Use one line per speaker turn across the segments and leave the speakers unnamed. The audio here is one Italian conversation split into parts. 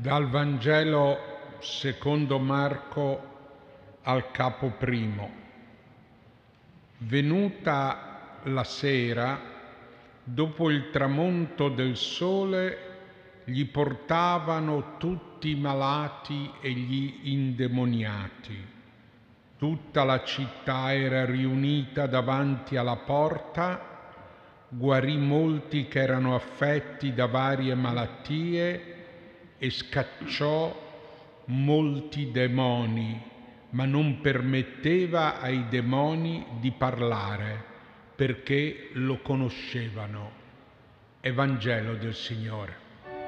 Dal Vangelo secondo Marco al capo primo. Venuta la sera, dopo il tramonto del sole, gli portavano tutti i malati e gli indemoniati. Tutta la città era riunita davanti alla porta, guarì molti che erano affetti da varie malattie e scacciò molti demoni, ma non permetteva ai demoni di parlare, perché lo conoscevano. Evangelo del Signore.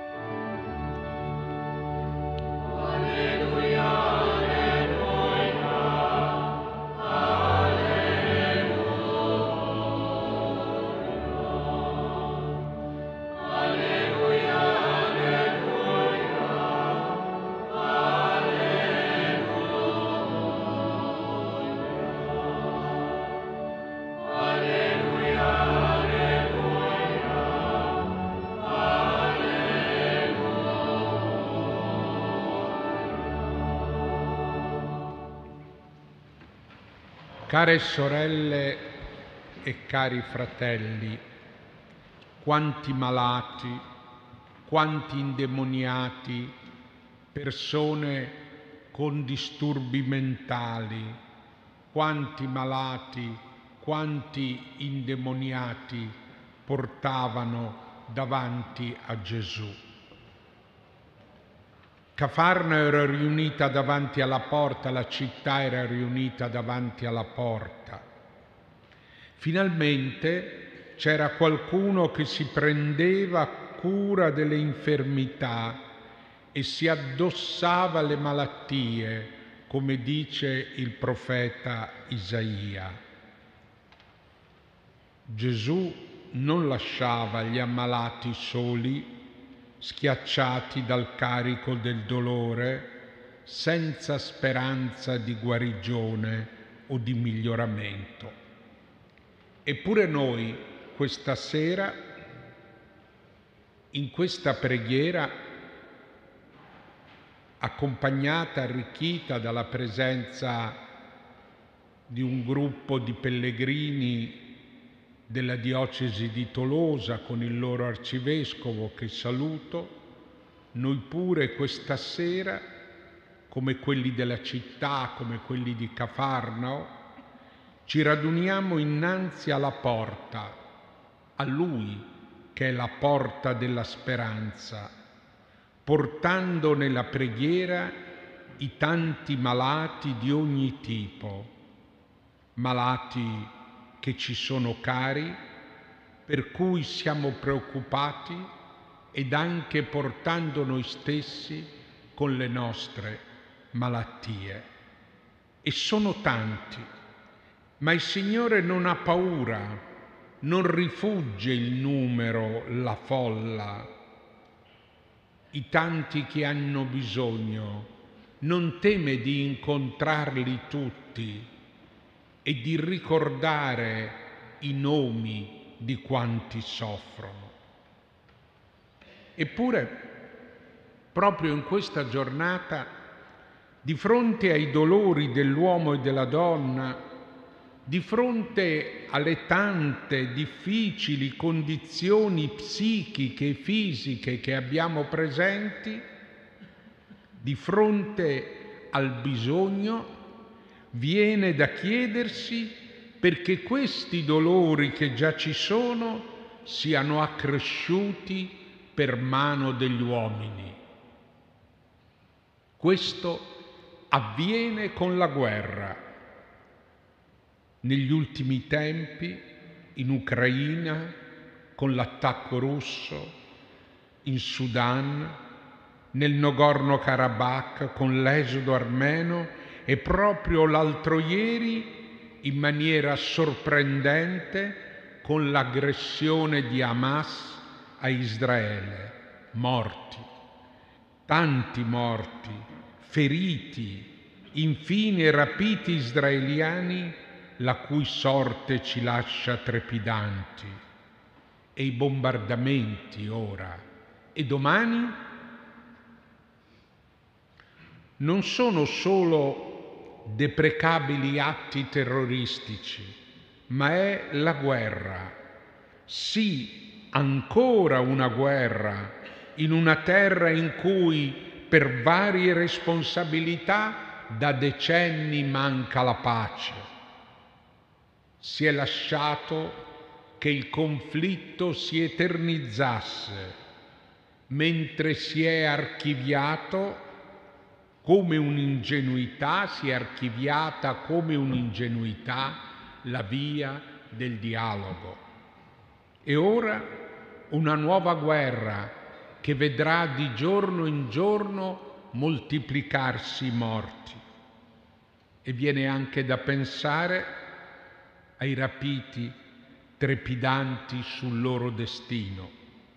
Care sorelle e cari fratelli, quanti malati, quanti indemoniati, persone con disturbi mentali, quanti malati, quanti indemoniati portavano davanti a Gesù. Cafarno era riunita davanti alla porta, la città era riunita davanti alla porta. Finalmente c'era qualcuno che si prendeva cura delle infermità e si addossava le malattie, come dice il profeta Isaia. Gesù non lasciava gli ammalati soli, schiacciati dal carico del dolore, senza speranza di guarigione o di miglioramento. Eppure noi, questa sera, in questa preghiera, accompagnata, arricchita dalla presenza di un gruppo di pellegrini della diocesi di Tolosa con il loro arcivescovo che saluto, noi pure questa sera, come quelli della città, come quelli di Cafarnao, ci raduniamo innanzi alla porta, a Lui che è la porta della speranza, portando nella preghiera i tanti malati di ogni tipo, malati che ci sono cari, per cui siamo preoccupati, ed anche portando noi stessi con le nostre malattie. E sono tanti, ma il Signore non ha paura, non rifugge il numero, la folla, i tanti che hanno bisogno, non teme di incontrarli tutti e di ricordare i nomi di quanti soffrono. Eppure, proprio in questa giornata, di fronte ai dolori dell'uomo e della donna, di fronte alle tante difficili condizioni psichiche e fisiche che abbiamo presenti, di fronte al bisogno, viene da chiedersi perché questi dolori che già ci sono siano accresciuti per mano degli uomini. Questo avviene con la guerra. Negli ultimi tempi, in Ucraina, con l'attacco russo, in Sudan, nel Nagorno-Karabakh, con l'esodo armeno, e proprio l'altro ieri, in maniera sorprendente, con l'aggressione di Hamas a Israele. Morti, tanti morti, feriti, infine rapiti israeliani, la cui sorte ci lascia trepidanti. E i bombardamenti ora. E domani? non sono solo deprecabili atti terroristici, ma è la guerra. Sì, ancora una guerra in una terra in cui per varie responsabilità da decenni manca la pace. Si è lasciato che il conflitto si eternizzasse, mentre si è archiviato come un'ingenuità, si è archiviata come un'ingenuità la via del dialogo. E ora una nuova guerra che vedrà di giorno in giorno moltiplicarsi i morti. E viene anche da pensare ai rapiti trepidanti sul loro destino.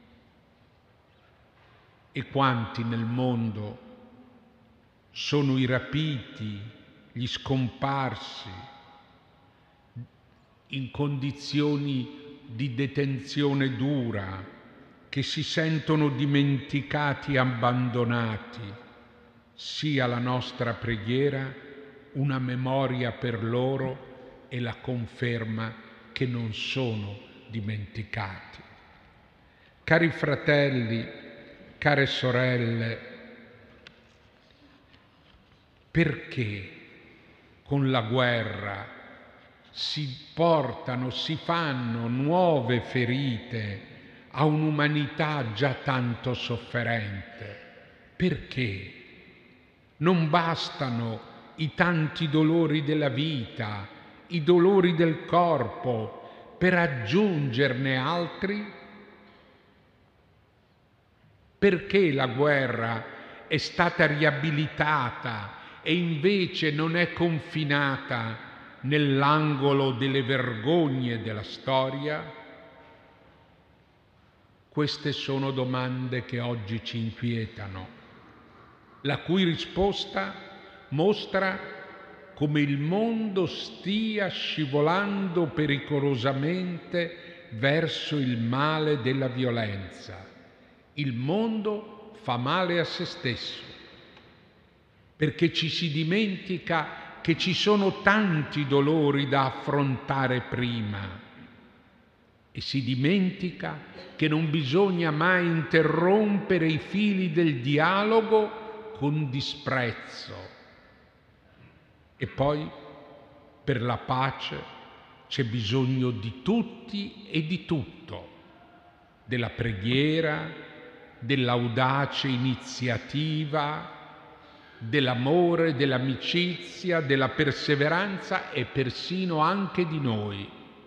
E quanti nel mondo sono i rapiti, gli scomparsi, in condizioni di detenzione dura, che si sentono dimenticati e abbandonati. Sia la nostra preghiera una memoria per loro e la conferma che non sono dimenticati. Cari fratelli, care sorelle, perché con la guerra si portano, si fanno nuove ferite a un'umanità già tanto sofferente? Perché non bastano i tanti dolori della vita, i dolori del corpo, per aggiungerne altri? Perché la guerra è stata riabilitata e invece non è confinata nell'angolo delle vergogne della storia? Queste sono domande che oggi ci inquietano, la cui risposta mostra come il mondo stia scivolando pericolosamente verso il male della violenza. Il mondo fa male a se stesso, perché ci si dimentica che ci sono tanti dolori da affrontare prima e si dimentica che non bisogna mai interrompere i fili del dialogo con disprezzo. E poi per la pace c'è bisogno di tutti e di tutto, della preghiera, dell'audace iniziativa, dell'amore, dell'amicizia, della perseveranza e persino anche di noi.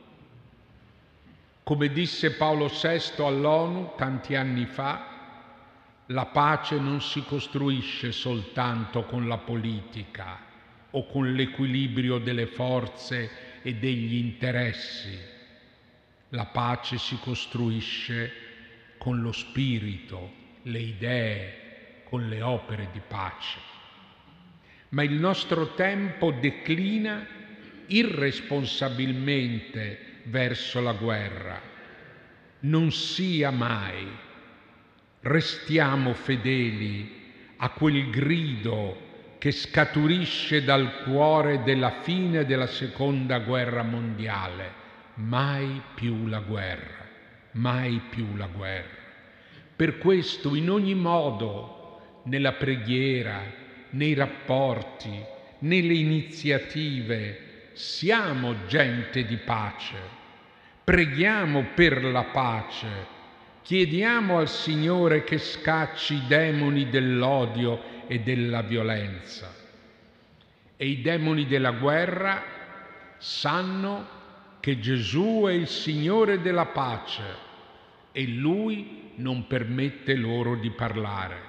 Come disse Paolo VI all'ONU tanti anni fa, la pace non si costruisce soltanto con la politica o con l'equilibrio delle forze e degli interessi. La pace si costruisce con lo spirito, le idee, con le opere di pace. Ma il nostro tempo declina irresponsabilmente verso la guerra. Non sia mai. Restiamo fedeli a quel grido che scaturisce dal cuore della fine della Seconda Guerra Mondiale. Mai più la guerra, mai più la guerra. Per questo, in ogni modo, nella preghiera, nei rapporti, nelle iniziative, siamo gente di pace, preghiamo per la pace, chiediamo al Signore che scacci i demoni dell'odio e della violenza. E i demoni della guerra sanno che Gesù è il Signore della pace e Lui non permette loro di parlare.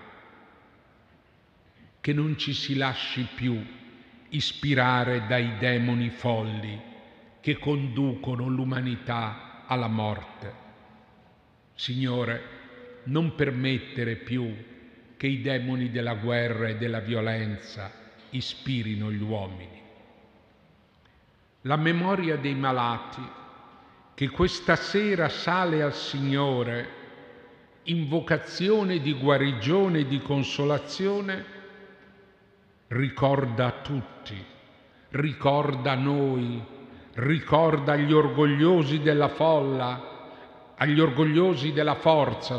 Che non ci si lasci più ispirare dai demoni folli che conducono l'umanità alla morte. Signore, non permettere più che i demoni della guerra e della violenza ispirino gli uomini. La memoria dei malati che questa sera sale al Signore in vocazione di guarigione e di consolazione ricorda a tutti, ricorda a noi, ricorda agli orgogliosi della forza,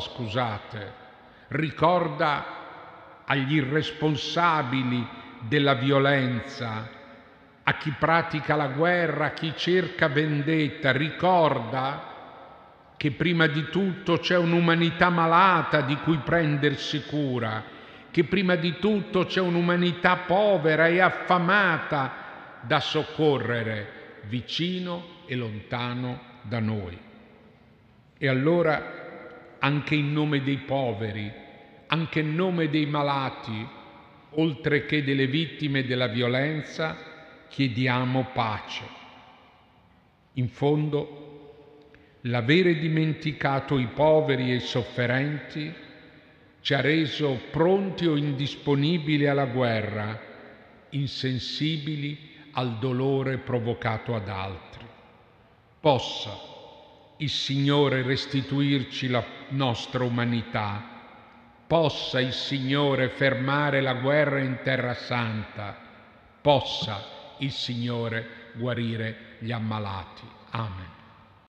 ricorda agli irresponsabili della violenza, a chi pratica la guerra, a chi cerca vendetta. Ricorda che prima di tutto c'è un'umanità malata di cui prendersi cura, che prima di tutto c'è un'umanità povera e affamata da soccorrere, vicino e lontano da noi. E allora, anche in nome dei poveri, anche in nome dei malati, oltre che delle vittime della violenza, chiediamo pace. In fondo, l'avere dimenticato i poveri e i sofferenti ci ha reso pronti o indisponibili alla guerra, insensibili al dolore provocato ad altri. Possa il Signore restituirci la nostra umanità, possa il Signore fermare la guerra in Terra Santa, possa il Signore guarire gli ammalati. Amen.